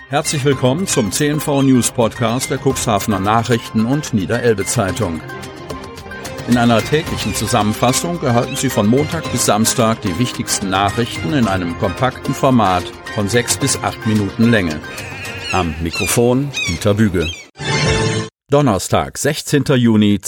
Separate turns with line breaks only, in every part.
Herzlich willkommen zum CNV News Podcast der Cuxhavener Nachrichten und Niederelbe Zeitung. In einer täglichen Zusammenfassung erhalten Sie von Montag bis Samstag die wichtigsten Nachrichten in einem kompakten Format von 6 bis 8 Minuten Länge. Am Mikrofon Dieter Büge. Donnerstag, 16. Juni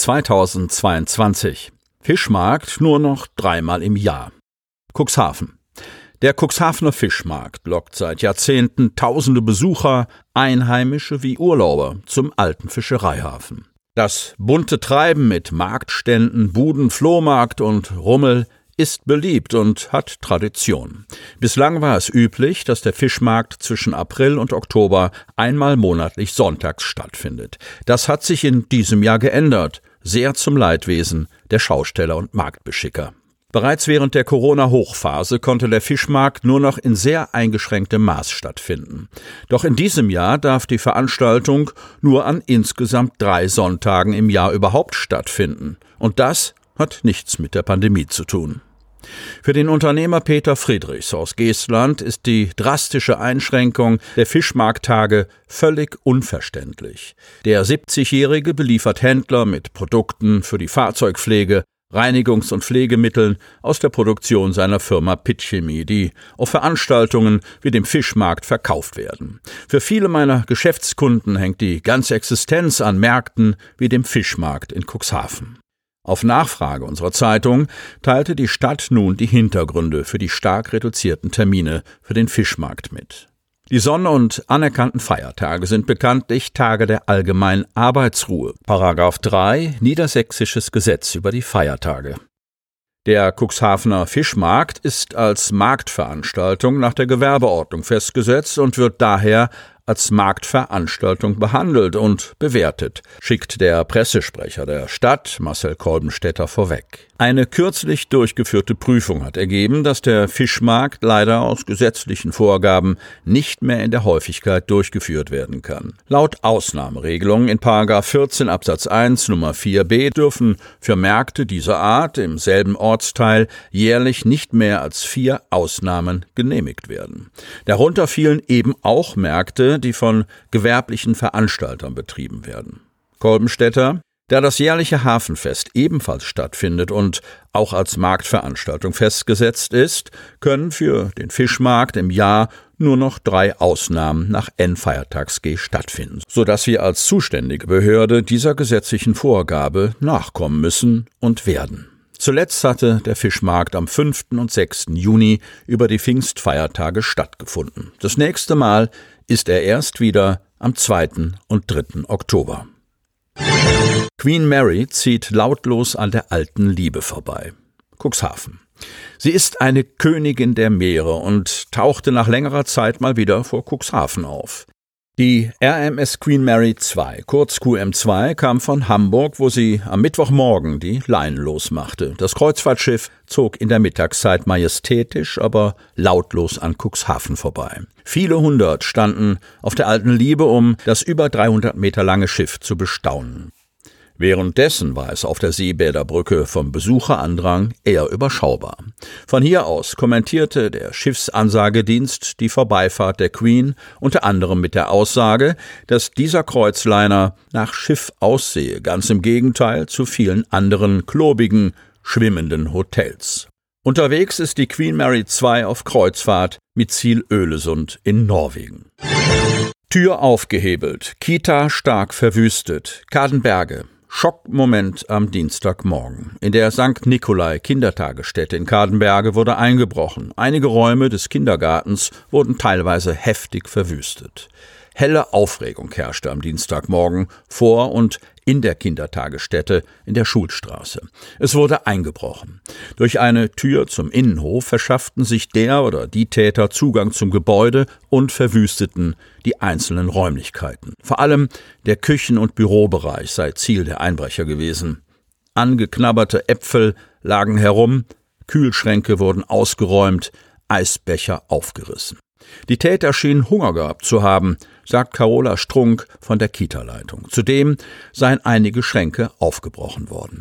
2022. Fischmarkt nur noch 3-mal im Jahr. Cuxhaven. Der Cuxhavener Fischmarkt lockt seit Jahrzehnten tausende Besucher, Einheimische wie Urlauber zum alten Fischereihafen. Das bunte Treiben mit Marktständen, Buden, Flohmarkt und Rummel ist beliebt und hat Tradition. Bislang war es üblich, dass der Fischmarkt zwischen April und Oktober einmal monatlich sonntags stattfindet. Das hat sich in diesem Jahr geändert, sehr zum Leidwesen der Schausteller und Marktbeschicker. Bereits während der Corona-Hochphase konnte der Fischmarkt nur noch in sehr eingeschränktem Maß stattfinden. Doch in diesem Jahr darf die Veranstaltung nur an insgesamt 3 Sonntagen im Jahr überhaupt stattfinden. Und das hat nichts mit der Pandemie zu tun. Für den Unternehmer Peter Friedrichs aus Geestland ist die drastische Einschränkung der Fischmarkttage völlig unverständlich. Der 70-Jährige beliefert Händler mit Produkten für die Fahrzeugpflege, Reinigungs- und Pflegemitteln aus der Produktion seiner Firma Pitchemie, die auf Veranstaltungen wie dem Fischmarkt verkauft werden. Für viele meiner Geschäftskunden hängt die ganze Existenz an Märkten wie dem Fischmarkt in Cuxhaven. Auf Nachfrage unserer Zeitung teilte die Stadt nun die Hintergründe für die stark reduzierten Termine für den Fischmarkt mit. Die Sonn- und anerkannten Feiertage sind bekanntlich Tage der allgemeinen Arbeitsruhe. § 3 Niedersächsisches Gesetz über die Feiertage. Der Cuxhavener Fischmarkt ist als Marktveranstaltung nach der Gewerbeordnung festgesetzt und wird daher als Marktveranstaltung behandelt und bewertet, schickt der Pressesprecher der Stadt, Marcel Kolbenstädter, vorweg. Eine kürzlich durchgeführte Prüfung hat ergeben, dass der Fischmarkt leider aus gesetzlichen Vorgaben nicht mehr in der Häufigkeit durchgeführt werden kann. Laut Ausnahmeregelung in § 14 Absatz 1 Nummer 4b dürfen für Märkte dieser Art im selben Ortsteil jährlich nicht mehr als 4 Ausnahmen genehmigt werden. Darunter fielen eben auch Märkte, die von gewerblichen Veranstaltern betrieben werden. Kolbenstädter: Da das jährliche Hafenfest ebenfalls stattfindet und auch als Marktveranstaltung festgesetzt ist, können für den Fischmarkt im Jahr nur noch 3 Ausnahmen nach N-Feiertags-G stattfinden, sodass wir als zuständige Behörde dieser gesetzlichen Vorgabe nachkommen müssen und werden. Zuletzt hatte der Fischmarkt am 5. und 6. Juni über die Pfingstfeiertage stattgefunden. Das nächste Mal ist er erst wieder am 2. und 3. Oktober. Queen Mary zieht lautlos an der alten Liebe vorbei. Cuxhaven. Sie ist eine Königin der Meere und tauchte nach längerer Zeit mal wieder vor Cuxhaven auf. Die RMS Queen Mary II, kurz QM2, kam von Hamburg, wo sie am Mittwochmorgen die Leinen losmachte. Das Kreuzfahrtschiff zog in der Mittagszeit majestätisch, aber lautlos an Cuxhaven vorbei. Viele hundert standen auf der alten Liebe, um das über 300 Meter lange Schiff zu bestaunen. Währenddessen war es auf der Seebäderbrücke vom Besucherandrang eher überschaubar. Von hier aus kommentierte der Schiffsansagedienst die Vorbeifahrt der Queen unter anderem mit der Aussage, dass dieser Kreuzliner nach Schiff aussehe, ganz im Gegenteil zu vielen anderen klobigen, schwimmenden Hotels. Unterwegs ist die Queen Mary II auf Kreuzfahrt mit Ziel Ölesund in Norwegen. Tür aufgehebelt, Kita stark verwüstet, Kadenberge. Schockmoment am Dienstagmorgen. In der St. Nikolai Kindertagesstätte in Kadenberge wurde eingebrochen. Einige Räume des Kindergartens wurden teilweise heftig verwüstet. Helle Aufregung herrschte am Dienstagmorgen vor und in der Kindertagesstätte in der Schulstraße. Es wurde eingebrochen. Durch eine Tür zum Innenhof verschafften sich der oder die Täter Zugang zum Gebäude und verwüsteten die einzelnen Räumlichkeiten. Vor allem der Küchen- und Bürobereich sei Ziel der Einbrecher gewesen. Angeknabberte Äpfel lagen herum, Kühlschränke wurden ausgeräumt, Eisbecher aufgerissen. Die Täter schienen Hunger gehabt zu haben, sagt Carola Strunk von der Kita-Leitung. Zudem seien einige Schränke aufgebrochen worden.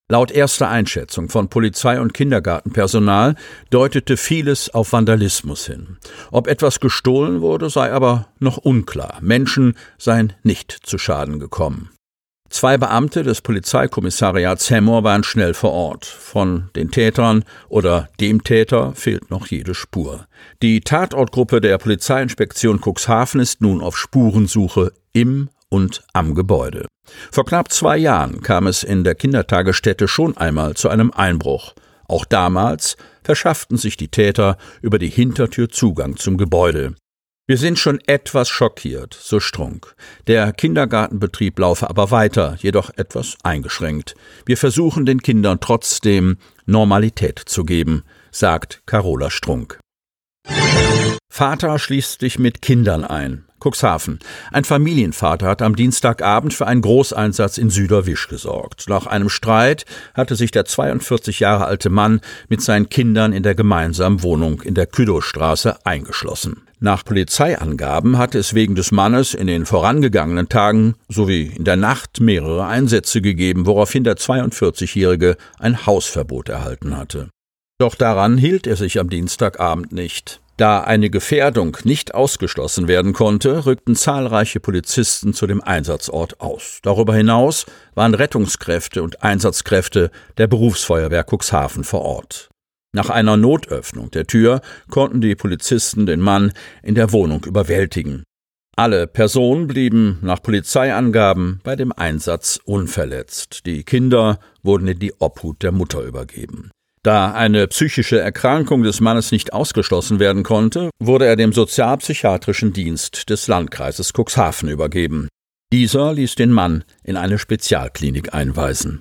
Laut erster Einschätzung von Polizei und Kindergartenpersonal deutete vieles auf Vandalismus hin. Ob etwas gestohlen wurde, sei aber noch unklar. Menschen seien nicht zu Schaden gekommen. 2 Beamte des Polizeikommissariats Hemmoor waren schnell vor Ort. Von den Tätern oder dem Täter fehlt noch jede Spur. Die Tatortgruppe der Polizeiinspektion Cuxhaven ist nun auf Spurensuche im und am Gebäude. Vor knapp 2 Jahren kam es in der Kindertagesstätte schon einmal zu einem Einbruch. Auch damals verschafften sich die Täter über die Hintertür Zugang zum Gebäude. Wir sind schon etwas schockiert, so Strunk. Der Kindergartenbetrieb laufe aber weiter, jedoch etwas eingeschränkt. Wir versuchen den Kindern trotzdem Normalität zu geben, sagt Carola Strunk. Vater schließt sich mit Kindern ein. Cuxhaven. Ein Familienvater hat am Dienstagabend für einen Großeinsatz in Süderwisch gesorgt. Nach einem Streit hatte sich der 42 Jahre alte Mann mit seinen Kindern in der gemeinsamen Wohnung in der Küdowstraße eingeschlossen. Nach Polizeiangaben hatte es wegen des Mannes in den vorangegangenen Tagen sowie in der Nacht mehrere Einsätze gegeben, woraufhin der 42-Jährige ein Hausverbot erhalten hatte. Doch daran hielt er sich am Dienstagabend nicht. Da eine Gefährdung nicht ausgeschlossen werden konnte, rückten zahlreiche Polizisten zu dem Einsatzort aus. Darüber hinaus waren Rettungskräfte und Einsatzkräfte der Berufsfeuerwehr Cuxhaven vor Ort. Nach einer Notöffnung der Tür konnten die Polizisten den Mann in der Wohnung überwältigen. Alle Personen blieben nach Polizeiangaben bei dem Einsatz unverletzt. Die Kinder wurden in die Obhut der Mutter übergeben. Da eine psychische Erkrankung des Mannes nicht ausgeschlossen werden konnte, wurde er dem sozialpsychiatrischen Dienst des Landkreises Cuxhaven übergeben. Dieser ließ den Mann in eine Spezialklinik einweisen.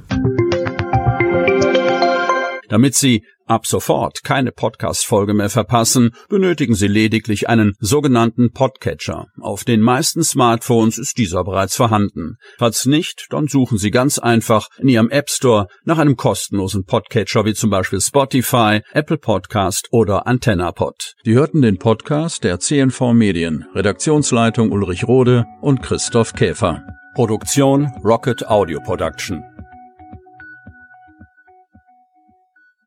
Damit Sie ab sofort keine Podcast-Folge mehr verpassen, benötigen Sie lediglich einen sogenannten Podcatcher. Auf den meisten Smartphones ist dieser bereits vorhanden. Falls nicht, dann suchen Sie ganz einfach in Ihrem App Store nach einem kostenlosen Podcatcher wie zum Beispiel Spotify, Apple Podcast oder AntennaPod. Sie hörten den Podcast der CNV Medien, Redaktionsleitung Ulrich Rode und Christoph Käfer. Produktion Rocket Audio Production.